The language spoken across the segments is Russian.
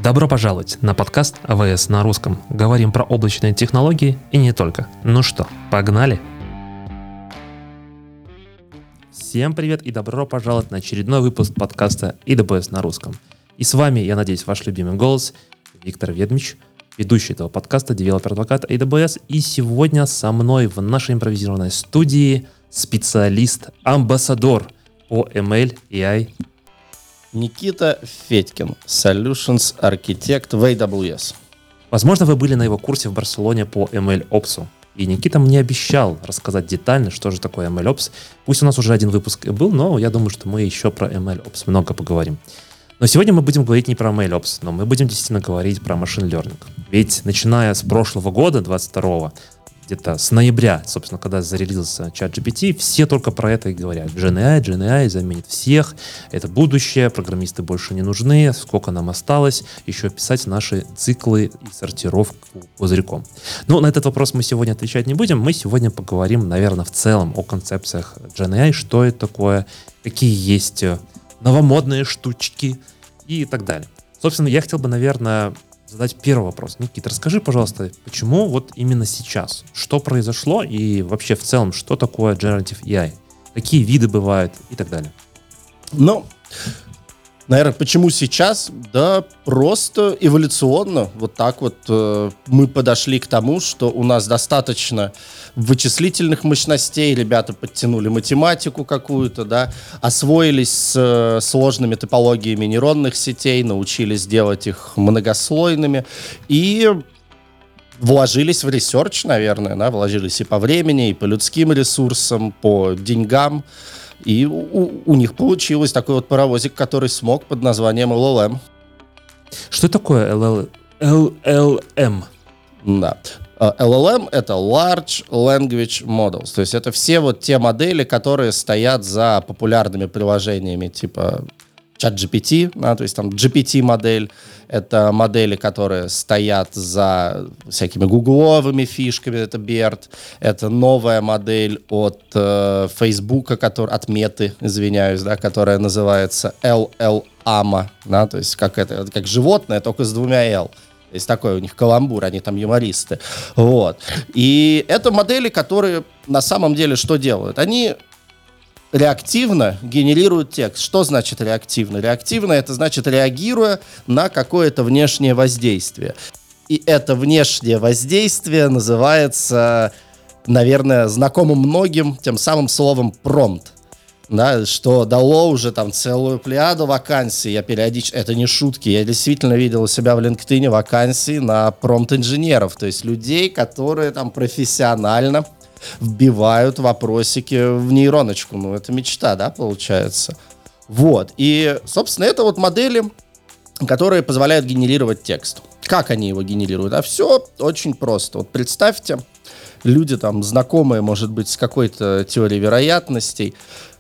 Добро пожаловать на подкаст АВС на русском. Говорим про облачные технологии и не только. Ну что, погнали? Всем привет и добро пожаловать на очередной выпуск подкаста AWS на русском. И с вами, я надеюсь, ваш любимый голос Виктор Ведмич, ведущий этого подкаста, девелопер-адвокат AWS. И сегодня со мной в нашей импровизированной студии специалист, амбассадор по ML AI Никита Федькин, Solutions Architect в AWS. Возможно, вы были на его курсе в Барселоне по MLOps. И Никита мне обещал рассказать детально, что же такое MLOps. Пусть у нас уже один выпуск был, но я думаю, что мы еще про MLOps много поговорим. Но сегодня мы будем говорить не про MLOps, но мы будем действительно говорить про Machine Learning. Ведь начиная с прошлого года, 22-го, где-то с ноября, собственно, когда зарелизился ChatGPT, все только про это и говорят. GenAI заменит всех, это будущее, программисты больше не нужны, сколько нам осталось еще писать наши циклы и сортировку пузырьком. Но на этот вопрос мы сегодня отвечать не будем, мы сегодня поговорим, наверное, в целом о концепциях GenAI, что это такое, какие есть новомодные штучки и так далее. Собственно, я хотел бы, наверное, задать первый вопрос. Никита, расскажи, пожалуйста, почему вот именно сейчас? Что произошло и вообще в целом, что такое Generative AI? Какие виды бывают и так далее? Ну, наверное, почему сейчас? Да просто эволюционно. Вот так вот мы подошли к тому, что у нас достаточно вычислительных мощностей, ребята подтянули математику какую-то, да, освоились с сложными топологиями нейронных сетей, научились делать их многослойными и вложились в ресерч, наверное, да, вложились и по времени, и по людским ресурсам, по деньгам, и у них получилось такой вот паровозик, который смог под названием LLM. Что такое LLM? Да. LLM — это Large Language Models, то есть это все вот те модели, которые стоят за популярными приложениями типа ChatGPT, да, то есть там GPT-модель, это модели, которые стоят за всякими гугловыми фишками, это BERT, это новая модель от Facebook, от Меты, извиняюсь, да, которая называется LLAMA, да, то есть как животное, только с двумя L. Есть такой у них каламбур, они там юмористы. Вот. И это модели, которые на самом деле что делают? Они реактивно генерируют текст. Что значит реактивно? Реактивно — это значит реагируя на какое-то внешнее воздействие. И это внешнее воздействие называется, наверное, знакомым многим тем самым словом промпт. Да, что дало уже там целую плеяду вакансий. Я периодически, это не шутки, я действительно видел у себя в LinkedIn вакансии на промпт-инженеров, то есть людей, которые там профессионально вбивают вопросики в нейроночку. Ну, это мечта, да, получается. Вот, и, собственно, это вот модели, которые позволяют генерировать текст. Как они его генерируют? А все очень просто. Вот представьте, люди там знакомые, может быть, с какой-то теорией вероятностей,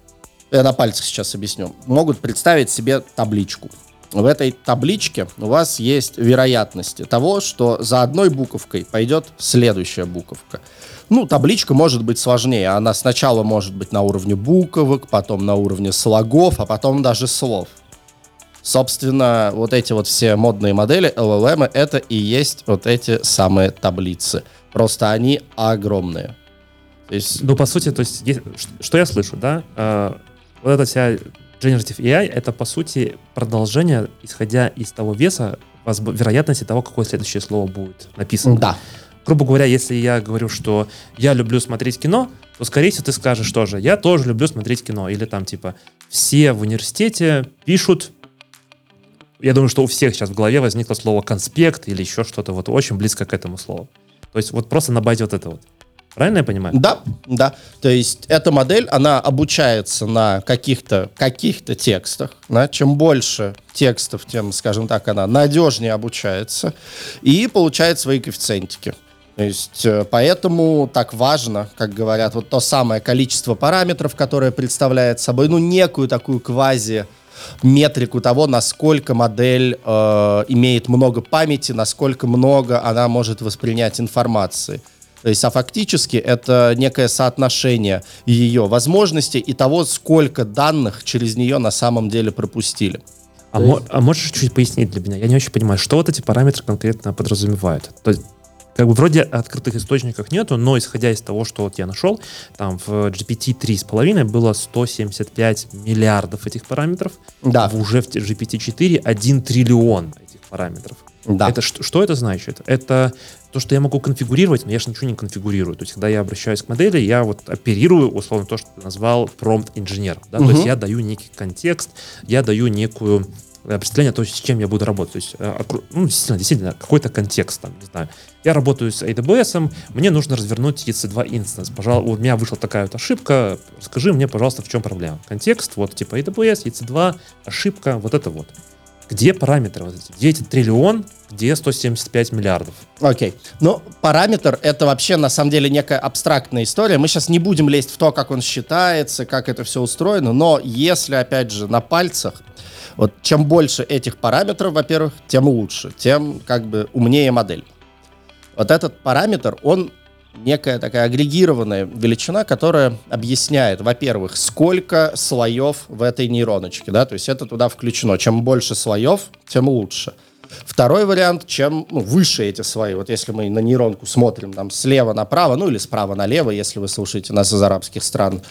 я на пальцах сейчас объясню, могут представить себе табличку. В этой табличке у вас есть вероятности того, что за одной буковкой пойдет следующая буковка. Ну, табличка может быть сложнее. Она сначала может быть на уровне буквок, потом на уровне слогов, а потом даже слов. Собственно, вот эти вот все модные модели LLM — это и есть вот эти самые таблицы. Просто они огромные. То есть, ну, по сути, то есть, что я слышу, да? Вот эта вся Generative AI — это, по сути, продолжение, исходя из того веса, вероятности того, какое следующее слово будет написано. Да. Грубо говоря, если я говорю, что я люблю смотреть кино, то, скорее всего, ты скажешь тоже, я тоже люблю смотреть кино. Или там, типа, все в университете пишут. Я думаю, что у всех сейчас в голове возникло слово «конспект» или еще что-то вот очень близко к этому слову. То есть вот просто на базе вот этого вот. Правильно я понимаю? Да, да. То есть эта модель, она обучается на каких-то текстах. Да? Чем больше текстов, тем, скажем так, она надежнее обучается и получает свои коэффициентики. То есть поэтому так важно, как говорят, вот то самое количество параметров, которое представляет собой, ну, некую такую квази-метрику того, насколько модель имеет много памяти, насколько много она может воспринять информации. То есть, фактически это некое соотношение ее возможностей и того, сколько данных через нее на самом деле пропустили. Можешь чуть пояснить для меня? Я не очень понимаю, что вот эти параметры конкретно подразумевают. То есть, как бы вроде открытых источников нету, но исходя из того, что вот я нашел, там в GPT 3.5 было 175 миллиардов этих параметров, Да. уже в GPT-4 1 триллион этих параметров. Да. Это что это значит? Это то, что я могу конфигурировать, но я же ничего не конфигурирую. То есть, когда я обращаюсь к модели, я вот оперирую, условно, то, что ты назвал prompt-инженер. Да? То есть я даю некий контекст, я даю некую представление, то, с чем я буду работать. То есть, действительно, какой-то контекст, там, не знаю. Я работаю с AWS, мне нужно развернуть EC2 инстанс. Пожалуйста, у меня вышла такая вот ошибка, скажи мне, пожалуйста, в чем проблема. Контекст, вот, типа AWS, EC2, ошибка, вот это вот. Где параметры вот эти? Где эти триллион, где 175 миллиардов? Окей. Ну, параметр — это вообще, на самом деле, некая абстрактная история. Мы сейчас не будем лезть в то, как он считается, как это все устроено, но если, опять же, на пальцах, вот чем больше этих параметров, во-первых, тем лучше, тем как бы умнее модель. Вот этот параметр, он некая такая агрегированная величина, которая объясняет, во-первых, сколько слоев в этой нейроночке, да, то есть это туда включено. Чем больше слоев, тем лучше. Второй вариант, чем выше эти слои. Вот если мы на нейронку смотрим там слева направо, или справа налево, если вы слушаете нас из арабских стран,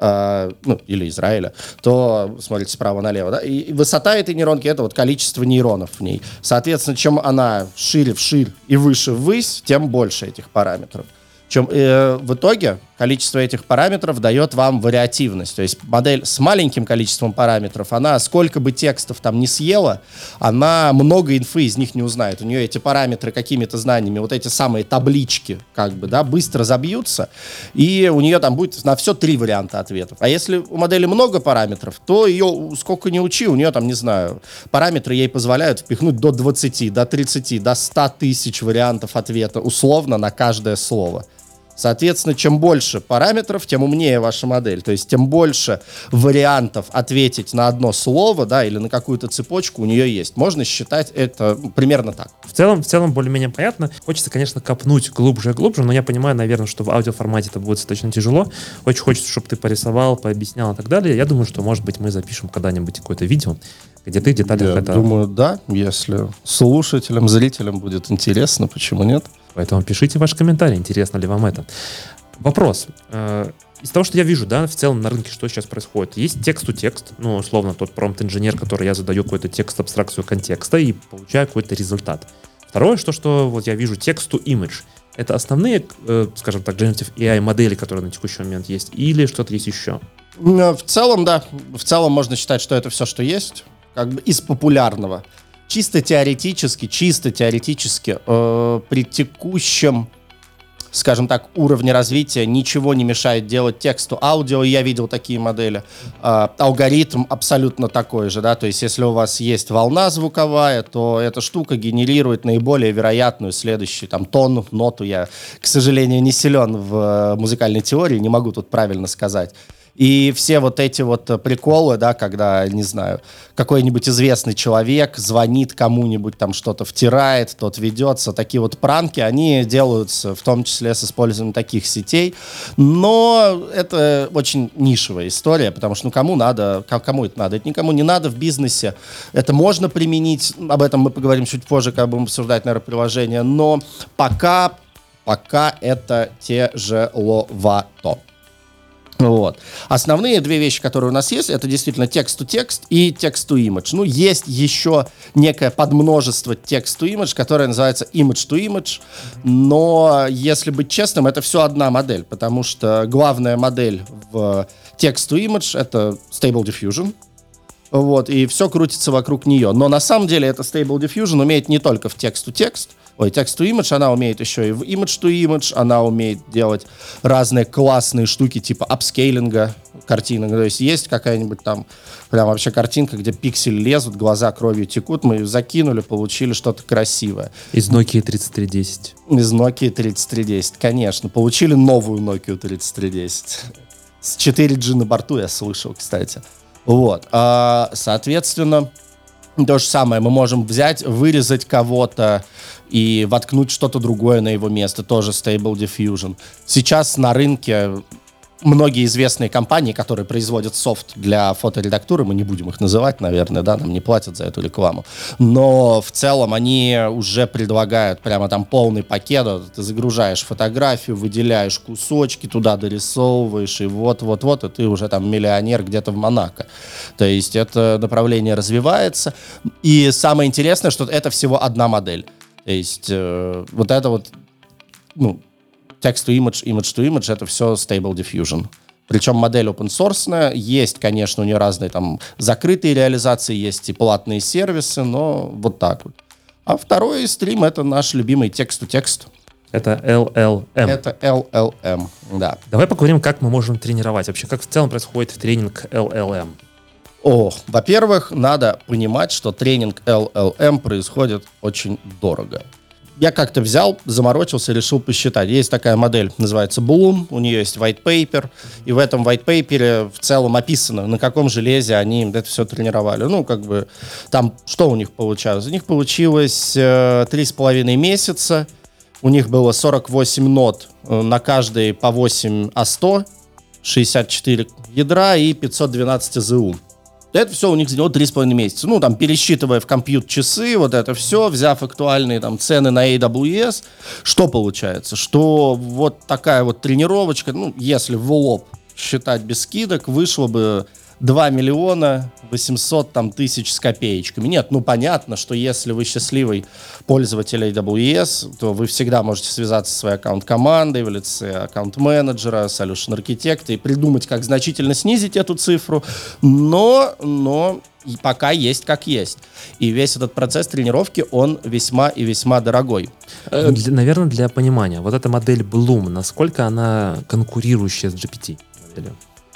или Израиля, то смотрите справа налево, да, и высота этой нейронки — это вот количество нейронов в ней. Соответственно, чем она шире вширь и выше ввысь, тем больше этих параметров. В итоге количество этих параметров дает вам вариативность. То есть модель с маленьким количеством параметров, она сколько бы текстов там не съела, она много инфы из них не узнает. У нее эти параметры какими-то знаниями, вот эти самые таблички, как бы, да, быстро забьются, и у нее там будет на все 3 варианта ответов. А если у модели много параметров, то ее сколько ни учи, у нее там, не знаю, параметры ей позволяют впихнуть до 20, до 30, до 100 тысяч вариантов ответа условно на каждое слово. Соответственно, чем больше параметров, тем умнее ваша модель. То есть, тем больше вариантов ответить на одно слово, да, или на какую-то цепочку у нее есть. Можно считать это примерно так. В целом более-менее понятно. Хочется, конечно, копнуть глубже и глубже, но я понимаю, наверное, что в аудиоформате это будет достаточно тяжело. Очень хочется, чтобы ты порисовал, пообъяснял и так далее. Я думаю, что, может быть, мы запишем когда-нибудь какое-то видео, где ты в деталях это... Я думаю, да, если слушателям, зрителям будет интересно, почему нет? Поэтому пишите ваши комментарии, интересно ли вам это. Вопрос. Из того, что я вижу, да, в целом на рынке, что сейчас происходит, есть текст-to-текст, условно, тот промпт-инженер, который я задаю какой-то текст, абстракцию контекста и получаю какой-то результат. Второе, что вот я вижу, text-to-image. Это основные, скажем так, generative AI модели, которые на текущий момент есть, или что-то есть еще? В целом, да. В целом можно считать, что это все, что есть, как бы из популярного. Чисто теоретически, при текущем, скажем так, уровне развития ничего не мешает делать тексту аудио. Я видел такие модели. Алгоритм абсолютно такой же, да, то есть если у вас есть волна звуковая, то эта штука генерирует наиболее вероятную следующую там тон, ноту. Я, к сожалению, не силен в музыкальной теории, не могу тут правильно сказать. И все вот эти вот приколы, да, когда, не знаю, какой-нибудь известный человек звонит кому-нибудь, там что-то втирает, тот ведется, такие вот пранки, они делаются в том числе с использованием таких сетей, но это очень нишевая история, потому что, кому надо, кому это надо? Это никому не надо в бизнесе, это можно применить, об этом мы поговорим чуть позже, когда будем обсуждать, наверное, приложение, но пока это тяжеловато. Вот. Основные 2 вещи, которые у нас есть, это действительно text-to-text и text-to-image. Есть еще некое подмножество text-to-image, которое называется image-to-image, но, если быть честным, это все одна модель, потому что главная модель в text-to-image — это Stable Diffusion, вот, и все крутится вокруг нее. Но на самом деле эта Stable Diffusion умеет не только в text-to-text, text-to-image, она умеет еще и в image-to-image, она умеет делать разные классные штуки типа апскейлинга картинок. То есть есть какая-нибудь там прям вообще картинка, где пиксели лезут, глаза кровью текут, мы ее закинули, получили что-то красивое. Из Nokia 3310. Из Nokia 3310, конечно. Получили новую Nokia 3310. С 4G на борту, я слышал, кстати. Вот. Соответственно, то же самое. Мы можем взять, вырезать кого-то и воткнуть что-то другое на его место. Тоже Stable Diffusion. Сейчас на рынке многие известные компании, которые производят софт для фоторедактуры, мы не будем их называть, наверное, да, нам не платят за эту рекламу, но в целом они уже предлагают прямо там полный пакет, ты загружаешь фотографию, выделяешь кусочки, туда дорисовываешь, и вот-вот-вот, и ты уже там миллионер где-то в Монако. То есть это направление развивается, и самое интересное, что это всего одна модель. То есть вот это вот, ну, text-to-image, image-to-image — это все Stable Diffusion. Причем модель open-source, есть, конечно, у нее разные там закрытые реализации, есть и платные сервисы, но вот так вот. А второй стрим — это наш любимый text-to-text. Это LLM. Это LLM, да. Давай поговорим, как мы можем тренировать. Вообще, как в целом происходит тренинг LLM? Во-первых, надо понимать, что тренинг LLM происходит очень дорого. Я как-то взял, заморочился, решил посчитать. Есть такая модель, называется Bloom, у нее есть white paper, и в этом white paper в целом описано, на каком железе они это все тренировали. Ну, как бы, там, что у них получалось? У них получилось 3,5 месяца, у них было 48 нод, на каждой по 8 А100, 64 ядра и 512 АЗУ. Это все у них заняло 3,5 месяца. Ну, там, пересчитывая в компьютер часы, вот это все, взяв актуальные там цены на AWS, что получается? Что вот такая вот тренировочка, ну, если в лоб считать без скидок, вышло бы 2 миллиона 800 там, тысяч с копеечками. Нет, ну понятно, что если вы счастливый пользователь AWS, то вы всегда можете связаться со своей аккаунт-командой в лице аккаунт-менеджера, solution-архитекта и придумать, как значительно снизить эту цифру, но и пока есть как есть. И весь этот процесс тренировки, он весьма и весьма дорогой. Наверное, для понимания, вот эта модель Bloom, насколько она конкурирующая с GPT моделью?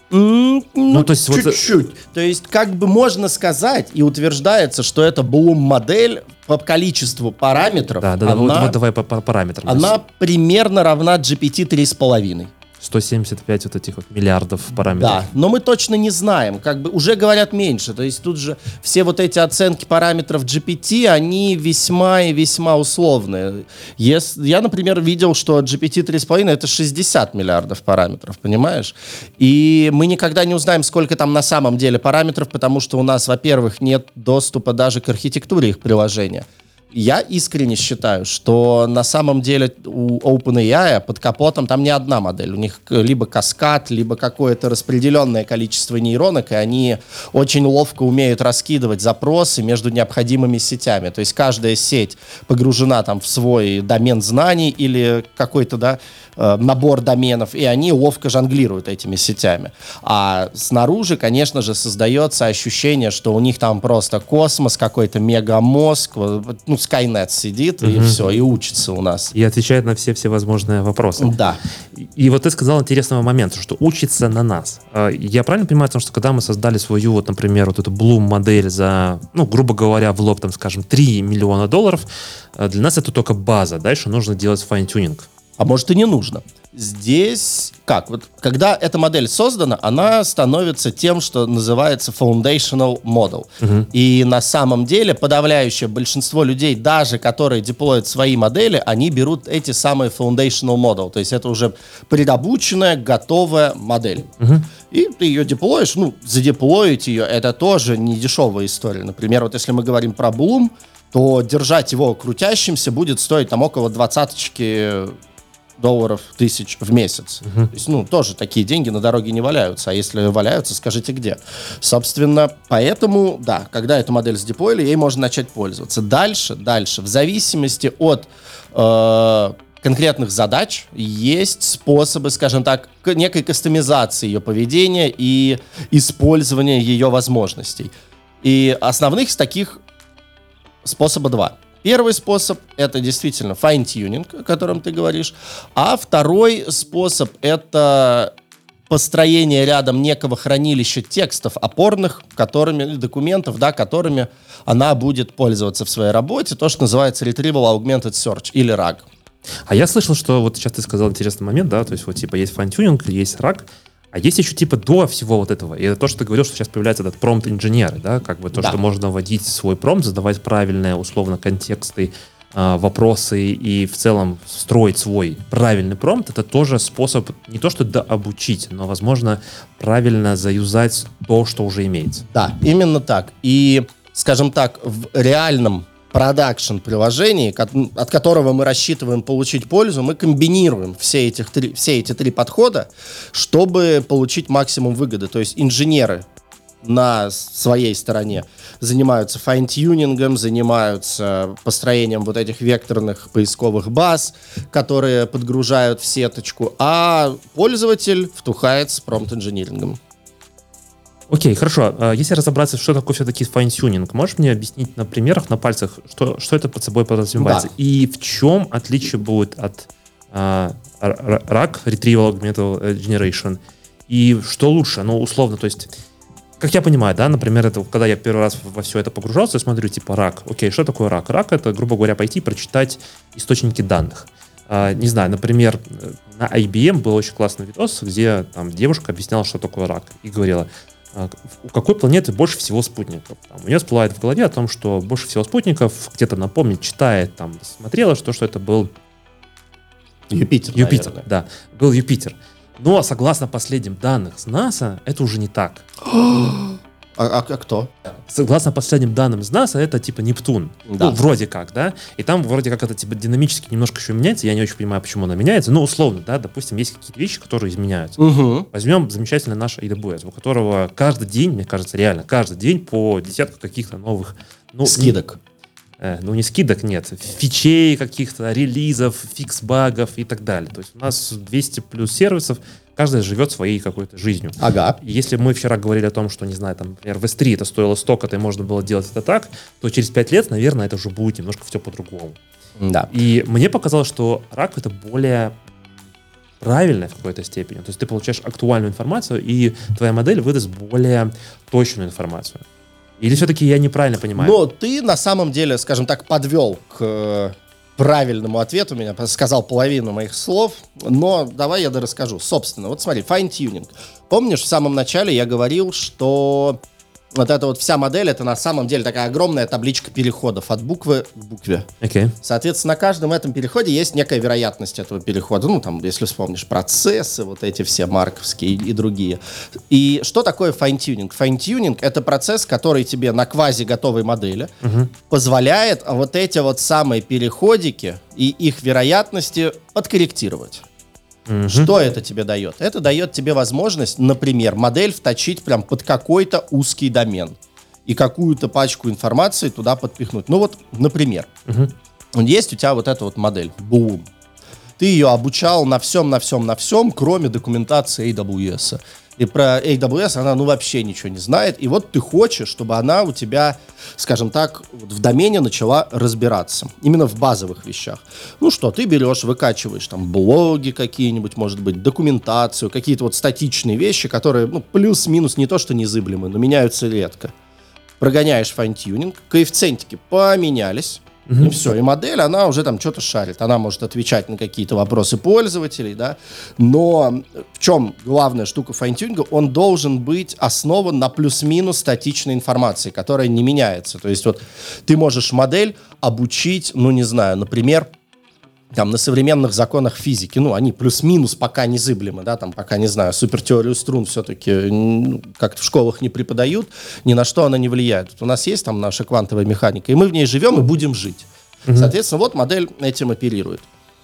Ну, то есть чуть-чуть. То есть, как бы можно сказать, и утверждается, что это Bloom-модель по количеству параметров. Да, вот давай по параметрам. Она примерно равна GPT 3,5. 175 вот этих вот миллиардов параметров. Да, но мы точно не знаем, как бы уже говорят меньше. То есть тут же все вот эти оценки параметров GPT, они весьма и весьма условные. Я, например, видел, что GPT 3,5 это 60 миллиардов параметров, понимаешь? И мы никогда не узнаем, сколько там на самом деле параметров, потому что у нас, во-первых, нет доступа даже к архитектуре их приложения. Я искренне считаю, что на самом деле у OpenAI под капотом там не одна модель. У них либо каскад, либо какое-то распределенное количество нейронок, и они очень ловко умеют раскидывать запросы между необходимыми сетями. То есть каждая сеть погружена там в свой домен знаний или какой-то, да, набор доменов, и они ловко жонглируют этими сетями. А снаружи, конечно же, создается ощущение, что у них там просто космос, какой-то мегамозг, ну, Skynet сидит, и все, и учится у нас. И отвечает на все возможные вопросы. Да. И вот ты сказал интересного момента, что учится на нас. Я правильно понимаю, что когда мы создали свою, вот, например, вот эту Bloom-модель за, ну, грубо говоря, в лоб, там, скажем, $3 миллиона, для нас это только база, дальше нужно делать файн-тюнинг. А может и не нужно. Здесь как? Вот когда эта модель создана, она становится тем, что называется foundational model. И на самом деле подавляющее большинство людей, даже которые деплоят свои модели, они берут эти самые foundational model. То есть это уже предобученная, готовая модель. И ты ее деплоишь, ну, задеплоить ее, это тоже не дешевая история. Например, вот если мы говорим про Bloom, то держать его крутящимся будет стоить там около $20 тысяч в месяц. То есть, ну, тоже такие деньги на дороге не валяются. А если валяются, скажите где. Собственно, поэтому, да, когда эту модель задеплоили, ей можно начать пользоваться. Дальше, в зависимости от конкретных задач, есть способы, скажем так, некой кастомизации ее поведения и использования ее возможностей. И основных из таких способа два. Первый способ — это действительно fine-tuning, о котором ты говоришь, а второй способ — это построение рядом некого хранилища текстов опорных, документов, да, которыми она будет пользоваться в своей работе, то, что называется Retrieval Augmented Search или RAG. А я слышал, что вот сейчас ты сказал интересный момент, да, то есть вот типа есть fine-tuning, есть RAG, а есть еще типа до всего вот этого. И это то, что ты говорил, что сейчас появляется этот промпт-инженеры, да, как бы то, что можно вводить свой промпт, задавать правильные, условно, контексты вопросы и в целом строить свой правильный промпт, это тоже способ не то что дообучить, но, возможно, правильно заюзать то, что уже имеется. Да, именно так. И, скажем так, в реальном продакшн-приложении, от которого мы рассчитываем получить пользу, мы комбинируем все эти три подхода, чтобы получить максимум выгоды. То есть инженеры на своей стороне занимаются файн-тюнингом, занимаются построением вот этих векторных поисковых баз, которые подгружают в сеточку, а пользователь втухает с промпт-инжинирингом. Окей, хорошо. Если разобраться, что такое все-таки файн-тюнинг, можешь мне объяснить на примерах, на пальцах, что это под собой подразумевается? Да. И в чем отличие будет от RAG, Retrieval Augmented Generation, и что лучше? Ну, условно, то есть, как я понимаю, да, например, это, когда я первый раз во все это погружался, я смотрю, типа, RAG. Окей, что такое RAG? RAG — это, грубо говоря, пойти прочитать источники данных. Не знаю, например, на IBM был очень классный видос, где там девушка объясняла, что такое RAG, и говорила, у какой планеты больше всего спутников. Там, у нее всплывает в голове о том, что больше всего спутников, где-то напомнит, читает, там, смотрела, что это был Юпитер, наверное. Да, был Юпитер. Но, согласно последним данным с НАСА, это уже не так. А кто? Согласно последним данным с НАСА, это типа Нептун. Да. Ну, вроде как, да. И там вроде как это типа динамически немножко еще меняется. Я не очень понимаю, почему она меняется. Но условно, да, допустим, есть какие-то вещи, которые изменяются. Угу. Возьмем замечательный наш AWS, у которого каждый день, мне кажется, реально, каждый день по десятку каких-то новых... скидок. Не скидок, нет. Фичей каких-то, релизов, фикс-багов и так далее. То есть у нас 200 плюс сервисов, каждый живет своей какой-то жизнью. Ага. И если мы вчера говорили о том, что, не знаю, там, например, в S3 это стоило столько-то и можно было делать это так, то через 5 лет, наверное, это уже будет немножко все по-другому. Да. И мне показалось, что RAG — это более правильно в какой-то степени. То есть ты получаешь актуальную информацию, и твоя модель выдаст более точную информацию. Или все-таки я неправильно понимаю? Но ты на самом деле, скажем так, подвел к правильному ответу меня, сказал половину моих слов, но давай я расскажу. Собственно, вот смотри, fine-tuning. Помнишь, в самом начале я говорил, что вот эта вот вся модель, это на самом деле такая огромная табличка переходов от буквы к букве. Okay. Соответственно, на каждом этом переходе есть некая вероятность этого перехода. Ну, там, если вспомнишь, процессы, вот эти все марковские и другие. И что такое fine-tuning? Fine-tuning — это процесс, который тебе на квази-готовой модели позволяет вот эти вот самые переходики и их вероятности подкорректировать. Что это тебе дает? Это дает тебе возможность, например, модель вточить прям под какой-то узкий домен и какую-то пачку информации туда подпихнуть. Ну вот, например, есть у тебя вот эта вот модель, Boom. Ты ее обучал на всем, кроме документации AWS. И про AWS она, вообще ничего не знает. И вот ты хочешь, чтобы она у тебя, скажем так, в домене начала разбираться. Именно в базовых вещах. Ну что, ты берешь, выкачиваешь там блоги какие-нибудь, может быть, документацию, какие-то вот статичные вещи, которые, плюс-минус не то что незыблемы, но меняются редко. Прогоняешь fine-tuning, коэффициентики поменялись. И все, и модель, она уже там что-то шарит. Она может отвечать на какие-то вопросы пользователей, да. Но в чем главная штука файн-тюнинга? Он должен быть основан на плюс-минус статичной информации, которая не меняется. То есть вот ты можешь модель обучить, например, там, на современных законах физики, они плюс-минус пока незыблемы, да, там, пока, не знаю, супертеорию струн все-таки как-то в школах не преподают, ни на что она не влияет. Вот у нас есть там наша квантовая механика, и мы в ней живем и будем жить. Соответственно, вот модель этим оперирует.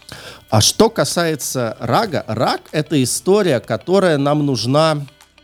А что касается RAG, RAG — это история, которая нам нужна,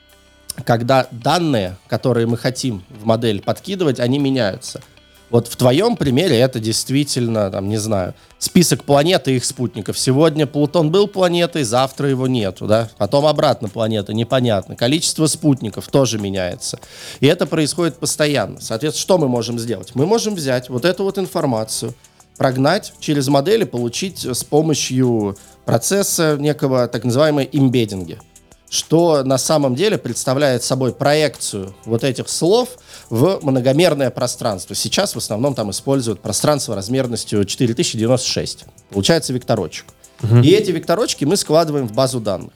когда данные, которые мы хотим в модель подкидывать, они меняются. Вот в твоем примере это действительно, список планет и их спутников. Сегодня Плутон был планетой, завтра его нету, да? Потом обратно планета, непонятно. Количество спутников тоже меняется. И это происходит постоянно. Соответственно, что мы можем сделать? Мы можем взять вот эту вот информацию, прогнать через модель и получить с помощью процесса некого так называемого имбеддинга, что на самом деле представляет собой проекцию вот этих слов в многомерное пространство. Сейчас в основном там используют пространство размерностью 4096. Получается векторочек. И эти векторочки мы складываем в базу данных.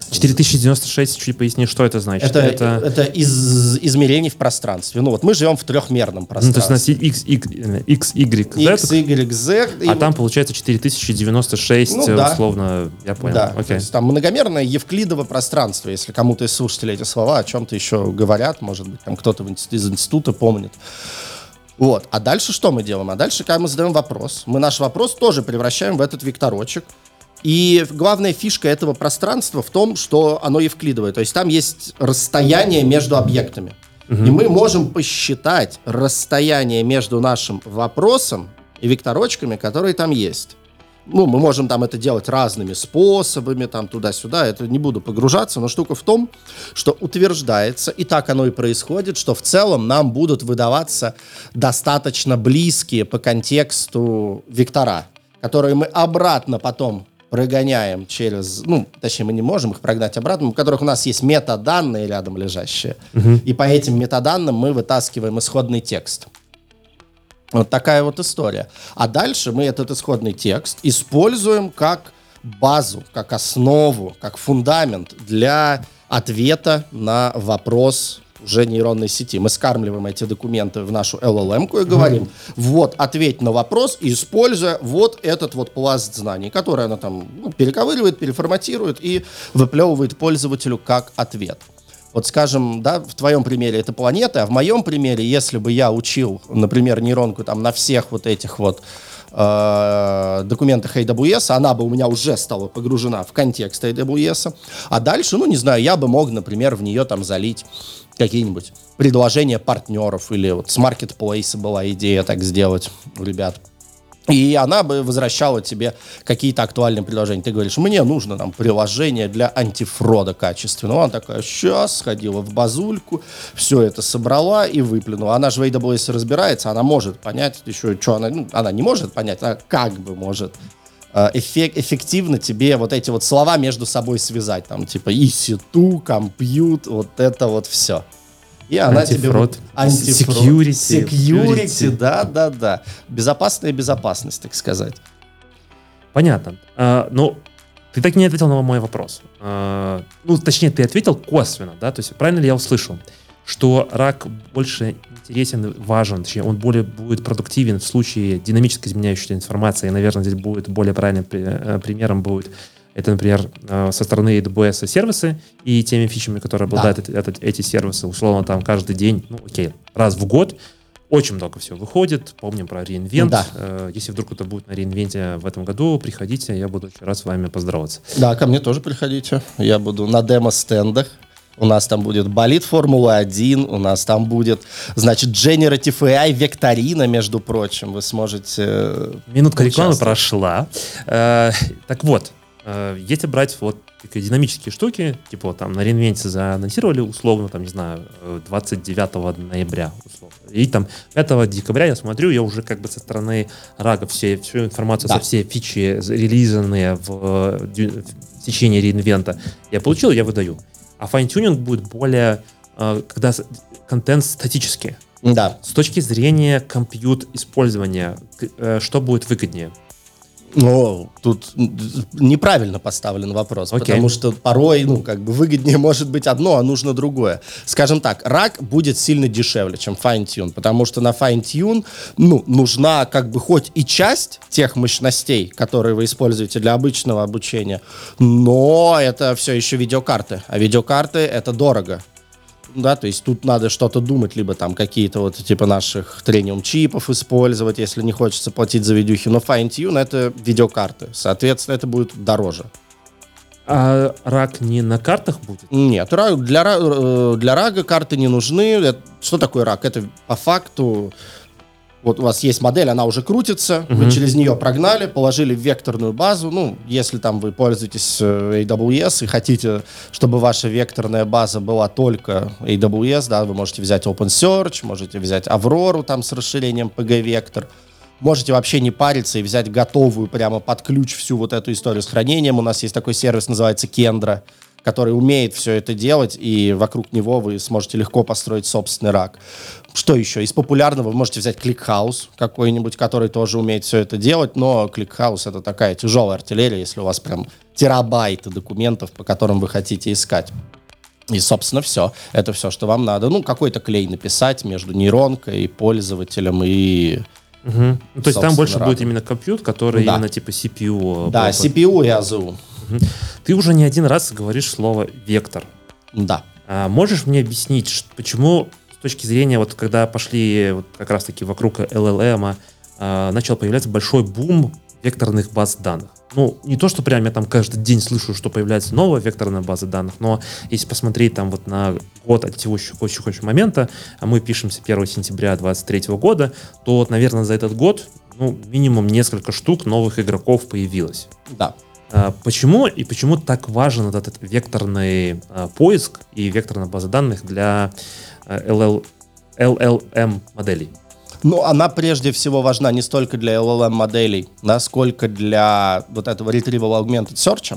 4096, чуть поясни, что это значит. Это из измерений в пространстве. Ну вот мы живем в трехмерном пространстве. То есть у нас X, Y, Z. А там получается 4096, условно, я понял. Да, то есть там многомерное евклидово пространство, если кому-то из слушателей эти слова о чем-то еще говорят, может быть, там кто-то из института помнит. Вот. А дальше что мы делаем? А дальше, когда мы задаем вопрос, мы наш вопрос тоже превращаем в этот векторочек. И главная фишка этого пространства в том, что оно евклидовое. То есть там есть расстояние между объектами. И мы можем посчитать расстояние между нашим вопросом и векторочками, которые там есть. Ну, мы можем там это делать разными способами, там туда-сюда. Это не буду погружаться, но штука в том, что утверждается, и так оно и происходит, что в целом нам будут выдаваться достаточно близкие по контексту вектора, которые мы обратно потом прогоняем через... Ну, точнее, мы не можем их прогнать обратно, у которых у нас есть метаданные рядом лежащие. И по этим метаданным мы вытаскиваем исходный текст. Вот такая вот история. А дальше мы этот исходный текст используем как базу, как основу, как фундамент для ответа на вопрос уже нейронной сети. Мы скармливаем эти документы в нашу LLM-ку и говорим, вот, ответь на вопрос, используя вот этот вот пласт знаний, который она там перековыривает, переформатирует и выплевывает пользователю как ответ. Вот скажем, да, в твоем примере это планеты, а в моем примере, если бы я учил, например, нейронку там на всех вот этих вот документах AWS, она бы у меня уже стала погружена в контекст AWS, а дальше, ну, не знаю, я бы мог, например, в нее там залить какие-нибудь предложения партнеров, или вот с маркетплейса была идея так сделать у ребят. И она бы возвращала тебе какие-то актуальные предложения. Ты говоришь, мне нужно там приложение для антифрода качественного. Она такая, сейчас сходила в базульку, все это собрала и выплюнула. Она же в AWS разбирается, она может понять еще, что она... Ну, она не может понять, она как бы может эффективно тебе вот эти вот слова между собой связать. Там типа EC2, compute, вот это вот все. И она антифрод. тебе... Антифрод. Security, да. Безопасная безопасность, так сказать. Понятно. Ну, ты так и не ответил на мой вопрос. Ну, точнее, ты ответил косвенно, да? То есть правильно ли я услышал, что RAG больше интересен, важен, точнее, он более будет продуктивен в случае динамически изменяющейся информации. И, наверное, здесь будет более правильным примером будет это, например, со стороны AWS сервисы и теми фичами, которые обладают эти сервисы. Условно, там каждый день, ну, окей, раз в год очень много всего выходит. Помним про реинвент. Да. Если вдруг кто-то будет на реинвенте в этом году, приходите, я буду очень рад с вами поздороваться. Да, ко мне тоже приходите. Я буду на демо-стендах. У нас там будет болид Формула-1, у нас там будет, значит, Generative AI Векторина, между прочим. Вы сможете... Минутка рекламы прошла. Так вот, если брать вот такие динамические штуки, типа вот, там на реинвенте заанонсировали условно, там, не знаю, 29 ноября, условно. И там 5 декабря я смотрю, я уже как бы со стороны RAG всю информацию, со все фичи релизанные в течение реинвента я получил, я выдаю. А файн-тюнинг будет более, когда контент статический. Да. С точки зрения компьют-использования, что будет выгоднее? Ну, тут неправильно поставлен вопрос, потому что порой, ну, как бы выгоднее может быть одно, а нужно другое. Скажем так, RAG будет сильно дешевле, чем fine-tune, потому что на fine-tune, ну, нужна как бы хоть и часть тех мощностей, которые вы используете для обычного обучения, но это все еще видеокарты, а видеокарты — это дорого. Да, то есть тут надо что-то думать, либо там какие-то вот типа наших трениум-чипов использовать, если не хочется платить за видюхи. Но fine-tune — это видеокарты. Соответственно, это будет дороже. А RAG не на картах будет? Нет, для RAG карты не нужны. Что такое RAG? Это по факту... Вот у вас есть модель, она уже крутится, вы через нее прогнали, положили в векторную базу. Ну, если там вы пользуетесь AWS и хотите, чтобы ваша векторная база была только AWS, да, вы можете взять OpenSearch, можете взять Aurora там с расширением PG-вектор. Можете вообще не париться и взять готовую прямо под ключ всю вот эту историю с хранением. У нас есть такой сервис, называется Kendra, который умеет все это делать, и вокруг него вы сможете легко построить собственный рак. Что еще? Из популярного вы можете взять ClickHouse какой-нибудь, который тоже умеет все это делать, но ClickHouse — это такая тяжелая артиллерия, если у вас прям терабайты документов, по которым вы хотите искать. И, собственно, все. Это все, что вам надо. Ну, какой-то клей написать между нейронкой и пользователем, и... Ну, то есть там больше раком. будет именно компьютер, который именно типа CPU. Да, CPU и AZU. Ты уже не один раз говоришь слово «вектор». Да. Можешь мне объяснить, почему с точки зрения, вот когда пошли вот как раз-таки вокруг LLM, начал появляться большой бум векторных баз данных? Ну, не то, что прям я там каждый день слышу, что появляется новая векторная база данных, но если посмотреть там вот на год от текущего момента, а мы пишемся 1 сентября 2023 года, то вот, наверное, за этот год, ну, минимум несколько штук новых игроков появилось. Да. Почему и почему так важен вот этот векторный поиск и векторная база данных для LLM моделей? Ну, она прежде всего важна не столько для LLM-моделей, сколько для вот этого Retrieval Augmented Search.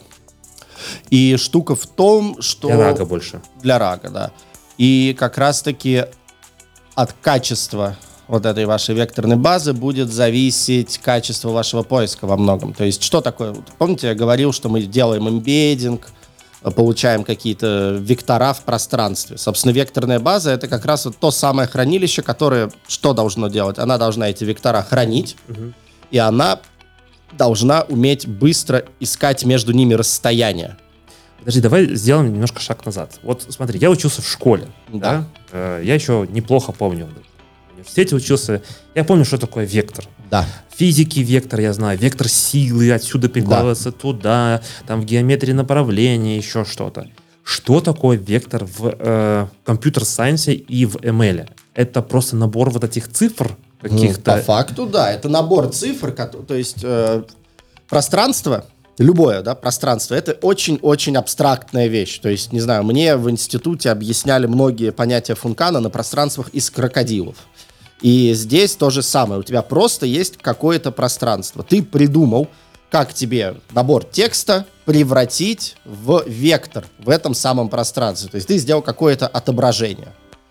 И штука в том, что... Для рага больше. Для рага, да. И как раз-таки от качества вот этой вашей векторной базы будет зависеть качество вашего поиска во многом. То есть что такое? Помните, я говорил, что мы делаем эмбеддинг, получаем какие-то вектора в пространстве. Собственно, векторная база — это как раз вот то самое хранилище, которое что должно делать? Она должна эти вектора хранить, и она должна уметь быстро искать между ними расстояние. Подожди, давай сделаем немножко шаг назад. Вот смотри, я учился в школе. Да. Я еще неплохо помню. В университете учился. Я помню, что такое вектор. Да. Физики вектор, я знаю, вектор силы, отсюда перекладывается туда, там в геометрии направления, еще что-то. Что такое вектор в компьютер-сайенсе и в ML? Это просто набор вот этих цифр каких-то? По факту, да. Это набор цифр, то есть пространство, любое, да, пространство, это очень-очень абстрактная вещь. То есть, не знаю, мне в институте объясняли многие понятия Функана на пространствах из крокодилов. И здесь то же самое. У тебя просто есть какое-то пространство. Ты придумал, как тебе набор текста превратить в вектор в этом самом пространстве. То есть ты сделал какое-то отображение.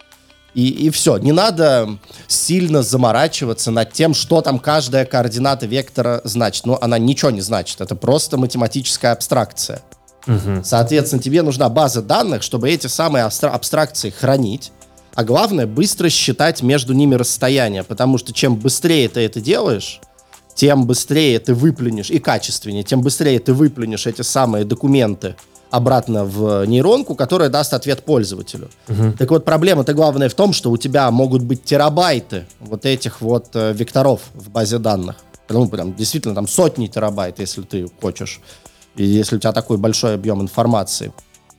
И все. Не надо сильно заморачиваться над тем, что там каждая координата вектора значит. Ну, она ничего не значит. Это просто математическая абстракция. Соответственно, тебе нужна база данных, чтобы эти самые абстракции хранить. А главное, быстро считать между ними расстояние, потому что чем быстрее ты это делаешь, тем быстрее ты выплюнешь, и качественнее, тем быстрее ты выплюнешь эти самые документы обратно в нейронку, которая даст ответ пользователю. Так вот, проблема-то главная в том, что у тебя могут быть терабайты вот этих вот векторов в базе данных. Ну, прям действительно там сотни терабайт, если ты хочешь, и если у тебя такой большой объем информации.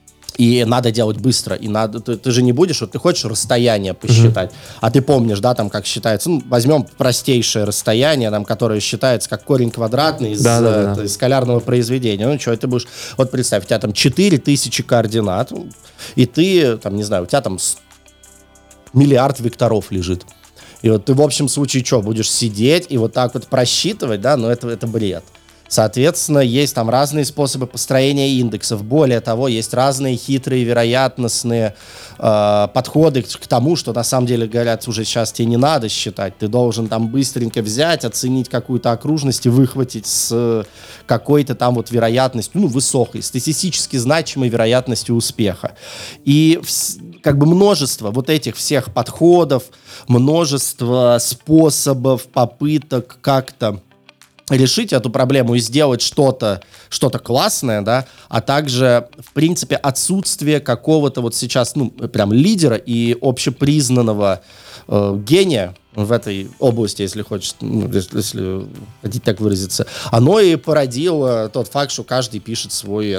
И надо делать быстро, и надо, ты же не будешь, вот ты хочешь расстояние посчитать, а ты помнишь, да, там как считается, ну, возьмем простейшее расстояние, там, которое считается как корень квадратный из скалярного произведения. Ну, что, ты будешь, вот представь, у тебя там 4000 координат, и ты, там, не знаю, у тебя там миллиард векторов лежит. И вот ты в общем случае что, будешь сидеть и вот так вот просчитывать, да, но это бред. Соответственно, есть там разные способы построения индексов. Более того, есть разные хитрые вероятностные подходы к тому, что на самом деле, говорят, уже сейчас тебе не надо считать. Ты должен там быстренько взять, оценить какую-то окружность и выхватить с какой-то там вот вероятностью, ну, высокой, статистически значимой вероятностью успеха. И как бы множество вот этих всех подходов, множество способов, попыток как-то решить эту проблему и сделать что-то классное, да, а также, в принципе, отсутствие какого-то вот сейчас, ну, прям лидера и общепризнанного гения в этой области, если хочешь, ну, если хотите так выразиться, оно и породило тот факт, что каждый пишет свой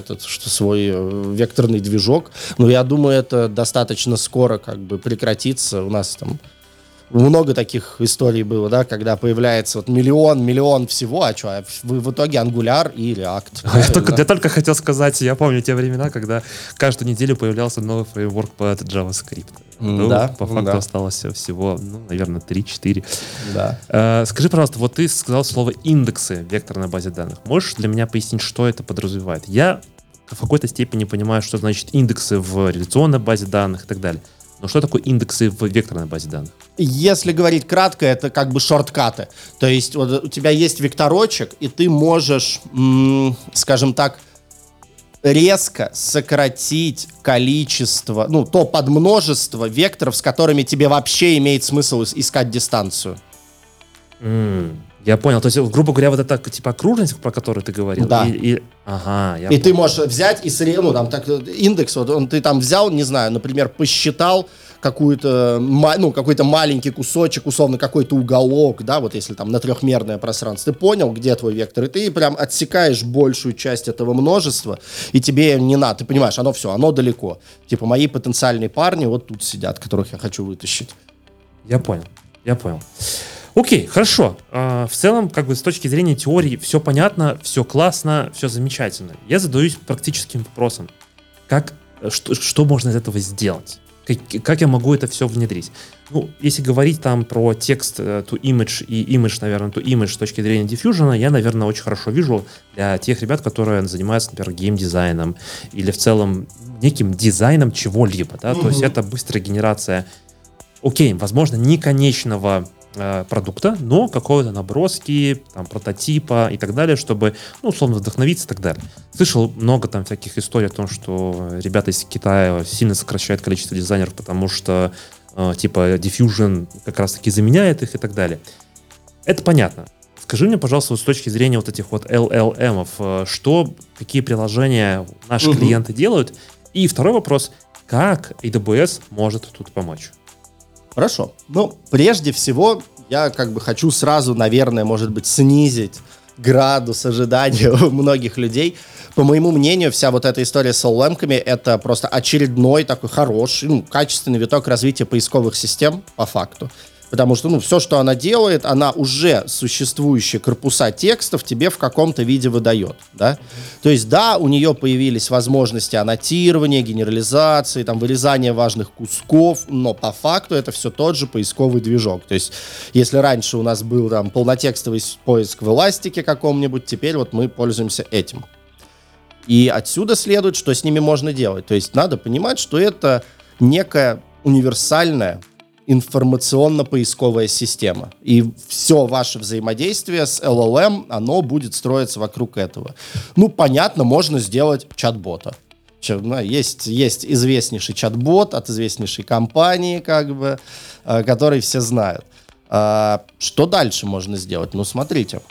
векторный движок. Но я думаю, это достаточно скоро как бы прекратится. У нас там много таких историй было, да, когда появляется вот миллион всего, а что, в итоге Angular и React. Я только хотел сказать, я помню те времена, когда каждую неделю появлялся новый фреймворк под JavaScript. Да, по факту осталось всего, ну, наверное, 3-4. Да. Скажи, пожалуйста, вот ты сказал слово индексы в векторной базе данных. Можешь для меня пояснить, что это подразумевает? Я в какой-то степени понимаю, что значит индексы в реляционной базе данных и так далее. Но что такое индексы в векторной базе данных? Если говорить кратко, это как бы шорткаты. То есть вот у тебя есть векторочек, и ты можешь, скажем так, резко сократить количество, то подмножество векторов, с которыми тебе вообще имеет смысл искать дистанцию. Я понял. То есть, грубо говоря, вот это типа окружность, про которую ты говорил. Да. И ты можешь взять и индекс, ты там взял, не знаю, например, посчитал какой-то маленький кусочек, условно, какой-то уголок, да, вот если там на трехмерное пространство, ты понял, где твой вектор, и ты прям отсекаешь большую часть этого множества, и тебе не надо, ты понимаешь, оно далеко. Типа мои потенциальные парни вот тут сидят, которых я хочу вытащить. Я понял. Окей, хорошо. В целом, как бы с точки зрения теории, все понятно, все классно, все замечательно. Я задаюсь практическим вопросом. Что можно из этого сделать? Как я могу это все внедрить? Если говорить там про текст to image и image, наверное, to image с точки зрения diffusion, я, наверное, очень хорошо вижу для тех ребят, которые занимаются, например, геймдизайном или в целом неким дизайном чего-либо. Да? То есть это быстрая генерация, возможно, не конечного продукта, но какого-то наброски, там, прототипа и так далее, чтобы, условно, вдохновиться и так далее. Слышал много там всяких историй о том, что ребята из Китая сильно сокращают количество дизайнеров, потому что, Diffusion как раз-таки заменяет их и так далее. Это понятно. Скажи мне, пожалуйста, вот с точки зрения вот этих вот LLM-ов, какие приложения наши клиенты делают? И второй вопрос, как AWS может тут помочь? Хорошо. Прежде всего, я хочу сразу, наверное, может быть, снизить градус ожидания у многих людей. По моему мнению, вся вот эта история с LLM-ками — это просто очередной такой хороший, качественный виток развития поисковых систем по факту. Потому что, все, что она делает, она уже существующие корпуса текстов тебе в каком-то виде выдает, да? То есть, да, у нее появились возможности аннотирования, генерализации, там, вырезания важных кусков, но по факту это все тот же поисковый движок. То есть, если раньше у нас был там полнотекстовый поиск в эластике каком-нибудь, теперь вот мы пользуемся этим. И отсюда следует, что с ними можно делать. То есть, надо понимать, что это некая универсальная информационно-поисковая система. И все ваше взаимодействие с LLM, оно будет строиться вокруг этого. Понятно, можно сделать чат-бота. Есть известнейший чат-бот от известнейшей компании, который все знают. Что дальше можно сделать? Смотрите.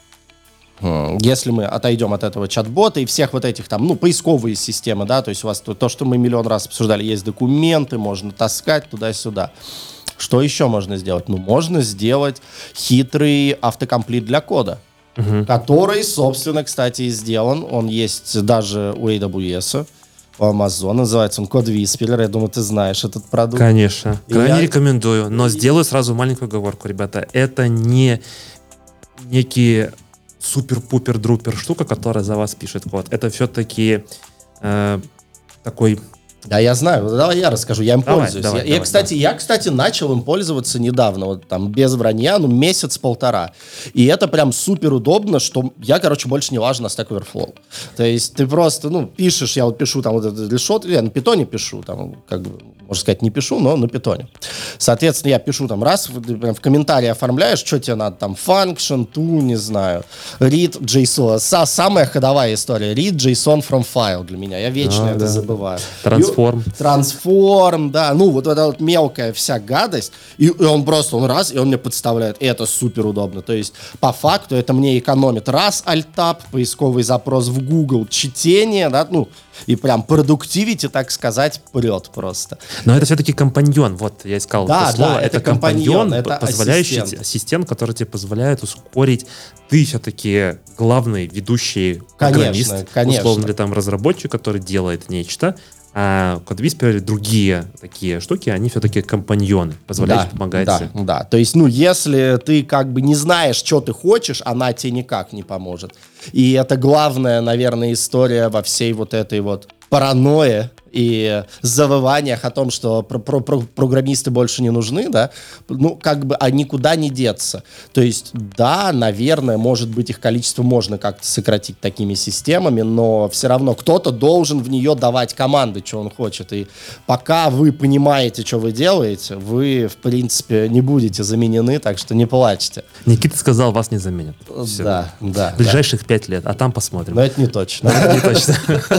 Если мы отойдем от этого чат-бота и всех вот этих там, поисковые системы, да, то есть у вас то, что мы миллион раз обсуждали, есть документы, можно таскать туда-сюда. Что еще можно сделать? Можно сделать хитрый автокомплит для кода, который, собственно, кстати, и сделан. Он есть даже у AWS, у Amazon. Называется он Code Whisperer. Я думаю, ты знаешь этот продукт. Конечно. Крайне рекомендую. Но сделаю сразу маленькую оговорку, ребята. Это не некий супер-пупер-друпер штука, которая за вас пишет код. Это все-таки такой... Да, я знаю. Давай я расскажу. Я им пользуюсь. Я, кстати, начал им пользоваться недавно, вот там без вранья, месяц-полтора. И это прям супер удобно, что я, больше не лажу на Stack Overflow. То есть ты просто, пишешь, я вот пишу там вот этот решет, я на питоне пишу, там, можно сказать, не пишу, но на питоне. Соответственно, я пишу там раз, прям в комментарии оформляешь, что тебе надо, там, function, to, не знаю, read JSON. Самая ходовая история. Read JSON from file для меня. Я вечно это забываю. Трансформ, да. Вот эта вот мелкая вся гадость. И он мне подставляет. И это супер удобно. То есть, по факту, это мне экономит раз Alt-Tab, поисковый запрос в Google, чтение, да, и прям продуктивити, так сказать, прет просто. Но это все-таки компаньон. Вот, я искал это слово. Да, это компаньон, это позволяющий ассистент, который тебе позволяет ускорить. Ты все-таки главный ведущий программист, условно, или там разработчик, который делает нечто. А Code Whisperer, другие такие штуки, они все-таки компаньоны, позволяют помогать. Да. То есть, если ты не знаешь, что ты хочешь, она тебе никак не поможет. И это главная, наверное, история во всей вот этой вот паранойе и завываниях о том, что программисты больше не нужны, да, ну, как бы, а никуда не деться. То есть, да, наверное, может быть, их количество можно как-то сократить такими системами, но все равно кто-то должен в нее давать команды, что он хочет. И пока вы понимаете, что вы делаете, вы, в принципе, не будете заменены, так что не плачьте. Никита сказал, вас не заменят. Все. Да, да. Ближайших 5 лет, а там посмотрим. Но это не точно. Не точно.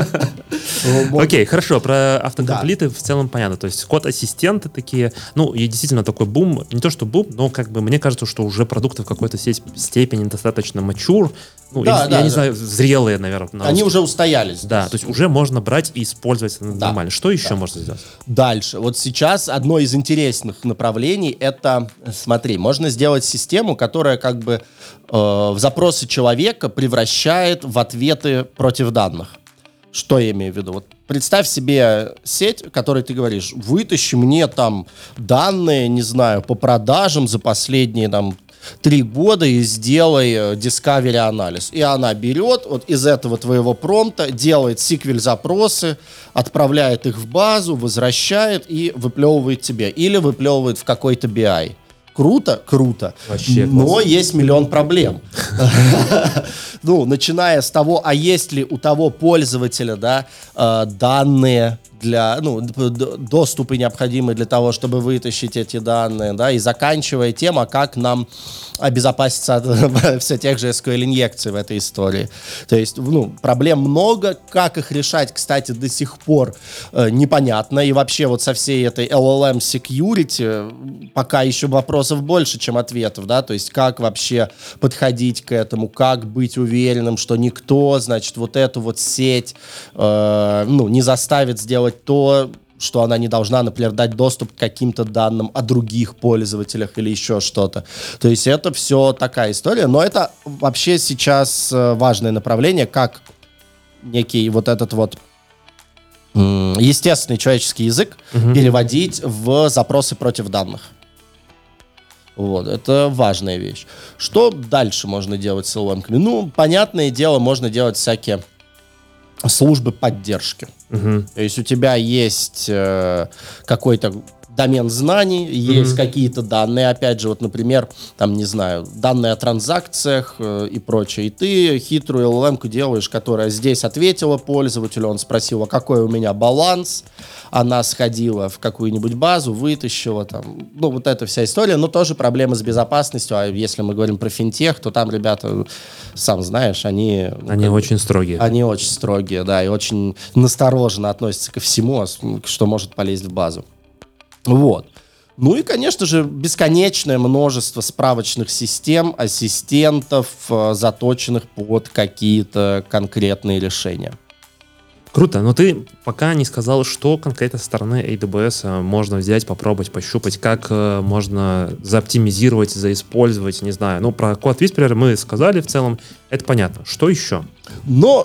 Окей, хорошо, про автокомплиты в целом понятно. То есть код-ассистенты такие, ну, и действительно такой бум, не то что бум, но как бы мне кажется, что уже продукты в какой-то степени достаточно mature, ну, я не знаю, зрелые, наверное. Они уже устоялись. Да, то есть уже можно брать и использовать нормально. Что еще можно сделать? Дальше. Вот сейчас одно из интересных направлений это, смотри, можно сделать систему, которая как бы в запросы человека превращает в ответы против данных. Что я имею в виду? Вот представь себе сеть, в которой ты говоришь, вытащи мне там данные, не знаю, по продажам за последние там 3 года и сделай discovery анализ. И она берет вот из этого твоего промпта, делает SQL-запросы, отправляет их в базу, возвращает и выплевывает тебе. Или выплевывает в какой-то BI. Круто? Круто. Вообще но классно. есть миллион проблем. Ну, начиная с того, а есть ли у того пользователя, да, данные для, ну, доступы необходимые для того, чтобы вытащить эти данные, да, и заканчивая тем, а как нам обезопаситься от все тех же SQL-инъекций в этой истории. То есть, ну, проблем много, как их решать, кстати, до сих пор непонятно, и вообще вот со всей этой LLM security пока еще вопросов больше, чем ответов, да, то есть как вообще подходить к этому, как быть уверенным, что никто, значит, вот эту вот сеть, ну, не заставит сделать то, что она не должна, например, дать доступ к каким-то данным о других пользователях или еще что-то. То есть это все такая история, но это вообще сейчас важное направление, как некий вот этот вот естественный человеческий язык переводить в запросы против данных. Вот, это важная вещь. Что дальше можно делать с LLM-ками? Ну, понятное дело, можно делать всякие службы поддержки. То есть у тебя есть какой-то домен знаний, есть какие-то данные, опять же, вот, например, там, не знаю, данные о транзакциях и прочее, и ты хитрую LLM-ку делаешь, которая здесь ответила пользователю, он спросил, а какой у меня баланс, она сходила в какую-нибудь базу, вытащила там, ну, вот эта вся история, но тоже проблемы с безопасностью, а если мы говорим про финтех, то там ребята, сам знаешь, они очень строгие. Они очень строгие, да, и очень настороженно относятся ко всему, что может полезть в базу. Вот. Ну и, конечно же, бесконечное множество справочных систем, ассистентов, заточенных под какие-то конкретные решения. Круто, но ты пока не сказал, что конкретно со стороны AWS можно взять, попробовать, пощупать, как можно заоптимизировать, заиспользовать, не знаю. Ну, про Code Whisperer мы сказали в целом, это понятно. Что еще? Но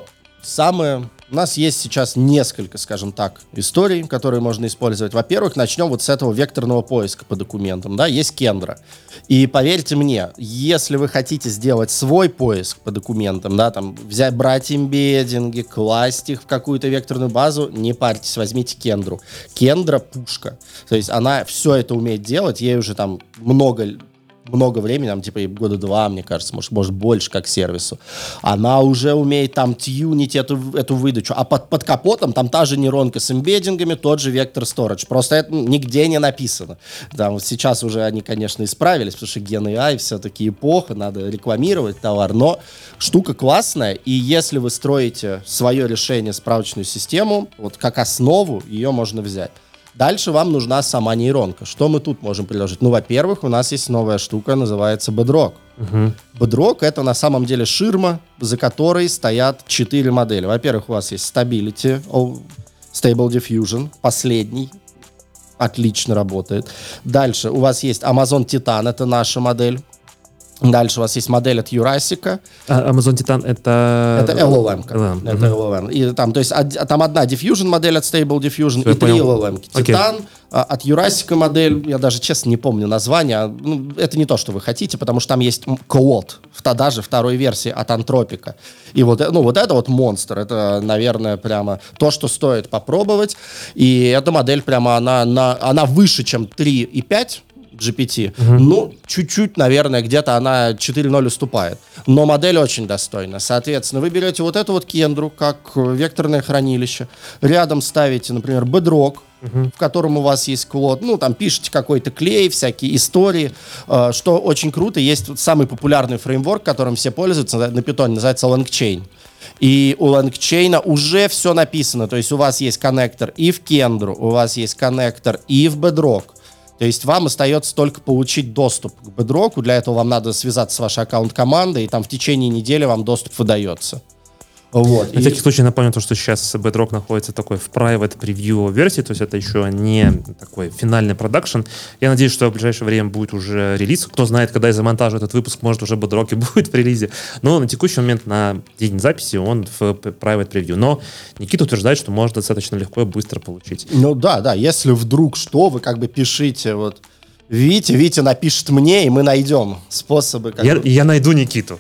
у нас есть сейчас несколько, скажем так, историй, которые можно использовать. Во-первых, начнем вот с этого векторного поиска по документам, да, есть Kendra. И поверьте мне, если вы хотите сделать свой поиск по документам, да, там, брать имбеддинги, класть их в какую-то векторную базу, не парьтесь, возьмите Kendra. Kendra пушка. То есть она все это умеет делать, ей уже там много времени, там, типа, 2 года, мне кажется, может больше, как сервису. Она уже умеет там тьюнить эту выдачу. А под капотом там та же нейронка с эмбеддингами, тот же вектор storage. Просто это нигде не написано. Да, вот сейчас уже они, конечно, исправились, потому что Gen AI все-таки эпоха, надо рекламировать товар, но штука классная, и если вы строите свое решение, справочную систему, вот как основу, ее можно взять. Дальше вам нужна сама нейронка. Что мы тут можем приложить? Ну, во-первых, у нас есть новая штука, называется Bedrock. Bedrock — это на самом деле ширма, за которой стоят 4 модели. Во-первых, у вас есть Stability, Stable Diffusion, последний, отлично работает. Дальше у вас есть Amazon Titan, это наша модель. Дальше у вас есть модель от Jurassic. Amazon Titan это... Это LLM. LLM. Это LLM. И там, то есть, там одна Diffusion модель от Stable Diffusion Все, и 3 понял. LLM. Titan от Jurassic модель, я даже честно не помню название. Ну, это не то, что вы хотите, потому что там есть Claude, даже второй версии от Anthropic. И вот это вот монстр. Это, наверное, прямо то, что стоит попробовать. И эта модель прямо, она выше, чем 3.5 GPT, ну, чуть-чуть, наверное, где-то она 4.0 уступает. Но модель очень достойна. Соответственно, вы берете вот эту вот Кендру, как векторное хранилище, рядом ставите, например, Bedrock, в котором у вас есть Claude, ну, там пишете какой-то клей, всякие истории, что очень круто. Есть вот самый популярный фреймворк, которым все пользуются на Python, называется LangChain. И у LangChain уже все написано, то есть у вас есть коннектор и в Кендру, у вас есть коннектор и в Bedrock. То есть вам остается только получить доступ к Bedrock. Для этого вам надо связаться с вашей аккаунт-командой, и там в течение недели вам доступ выдается. Вот. На всякий случай напомню, что сейчас Bedrock находится такой в private preview версии, то есть это еще не такой финальный продакшн. Я надеюсь, что в ближайшее время будет уже релиз. Кто знает, когда я замонтажу этот выпуск, может уже Bedrock и будет в релизе. Но на текущий момент, на день записи, он в private preview. Но Никита утверждает, что можно достаточно легко и быстро получить. Ну да, если вдруг что, вы как бы пишите вот... Витя напишет мне, и мы найдем способы. Я найду Никиту.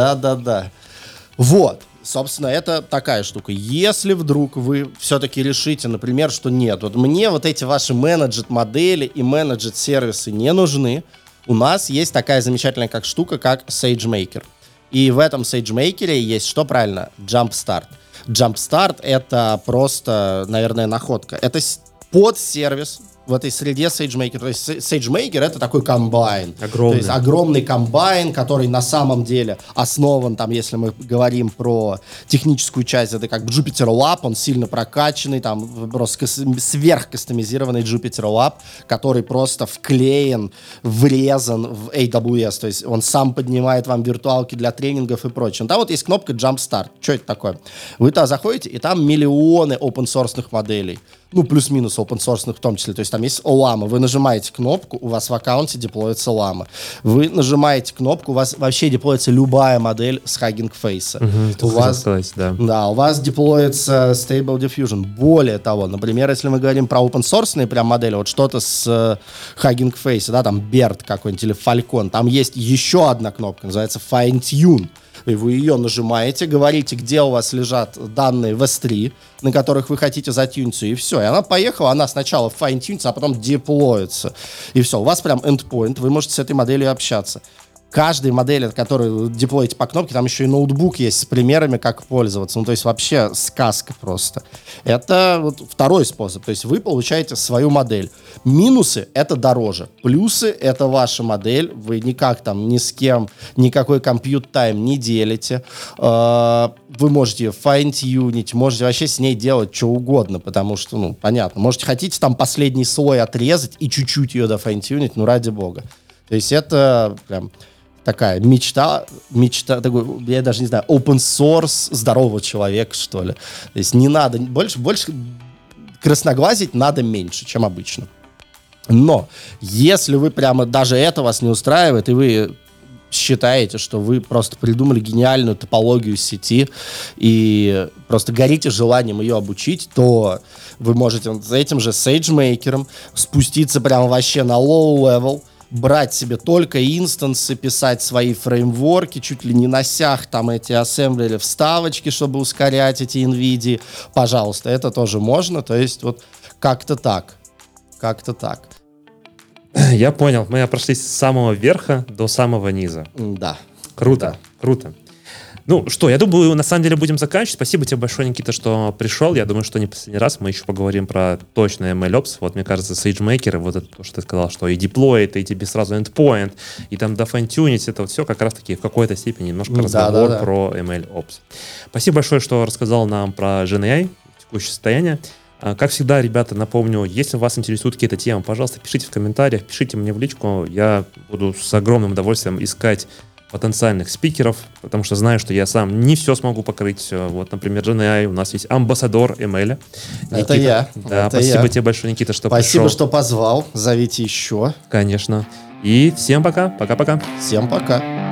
Да. Вот. Собственно, это такая штука. Если вдруг вы все-таки решите, например, что нет, вот мне вот эти ваши менеджет-модели и менеджет-сервисы не нужны, у нас есть такая замечательная штука, как SageMaker. И в этом SageMaker есть, что правильно, Jumpstart. Jumpstart — это просто, наверное, находка. Это подсервис в этой среде SageMaker. То есть SageMaker — это такой комбайн. Огромный. То есть огромный комбайн, который на самом деле основан, там, если мы говорим про техническую часть, это как Jupyter Lab, он сильно прокачанный, там просто сверхкастомизированный Jupyter Lab, который просто вклеен, врезан в AWS. То есть он сам поднимает вам виртуалки для тренингов и прочее. Там вот есть кнопка Jumpstart. Что это такое? Вы туда заходите, и там миллионы open-source моделей. Ну, плюс-минус open-source в том числе. То есть там есть Llama. Вы нажимаете кнопку, у вас в аккаунте деплоится Llama. Вы нажимаете кнопку, у вас вообще деплоится любая модель с Hugging Face. У вас деплоится Stable Diffusion. Более того, например, если мы говорим про open-source прям модели, вот что-то с Hugging Face, да, там BERT какой-нибудь или Falcon, там есть еще одна кнопка, называется Fine Tune. И вы ее нажимаете, говорите, где у вас лежат данные в S3, на которых вы хотите затюниться, и все. И она поехала, она сначала файн-тюнится, а потом деплоится. И все, у вас прям endpoint, вы можете с этой моделью общаться. Каждой модели, которую вы деплоите по кнопке, там еще и ноутбук есть с примерами, как пользоваться. Ну, то есть вообще сказка просто. Это вот второй способ. То есть вы получаете свою модель. Минусы — это дороже. Плюсы — это ваша модель. Вы никак там ни с кем, никакой compute time не делите. Вы можете ее fine-тюнить, можете вообще с ней делать что угодно, потому что, ну, понятно. хотите там последний слой отрезать и чуть-чуть ее дофайн-тюнить, ну, ради бога. То есть это прям... такая мечта, такой, я даже не знаю, open source здорового человека, что ли. То есть не надо, больше красноглазить надо меньше, чем обычно. Но если вы прямо, даже это вас не устраивает, и вы считаете, что вы просто придумали гениальную топологию сети и просто горите желанием ее обучить, то вы можете за этим же SageMaker спуститься прямо вообще на low level, брать себе только инстансы, писать свои фреймворки, чуть ли не на сях, там эти ассемблери, вставочки, чтобы ускорять эти NVIDIA. Пожалуйста, это тоже можно. То есть вот как-то так. Я понял. Мы прошли с самого верха до самого низа. Да. Круто. Ну что, я думаю, на самом деле будем заканчивать. Спасибо тебе большое, Никита, что пришел. Я думаю, что не последний раз мы еще поговорим про точно MLOps. Вот, мне кажется, SageMaker, вот это то, что ты сказал, что и деплоит, и тебе сразу endpoint, и там дофайн-тюнить, это вот все как раз-таки в какой-то степени немножко разговор про MLOps. Спасибо большое, что рассказал нам про GenAI, текущее состояние. Как всегда, ребята, напомню, если вас интересуют какие-то темы, пожалуйста, пишите в комментариях, пишите мне в личку. Я буду с огромным удовольствием искать потенциальных спикеров, потому что знаю, что я сам не все смогу покрыть. Вот, например, GenAI, у нас есть амбассадор ML. Это я. Да, спасибо тебе большое, Никита, что пришел. Спасибо, что позвал. Зовите еще. Конечно. И всем пока. Пока-пока. Всем пока.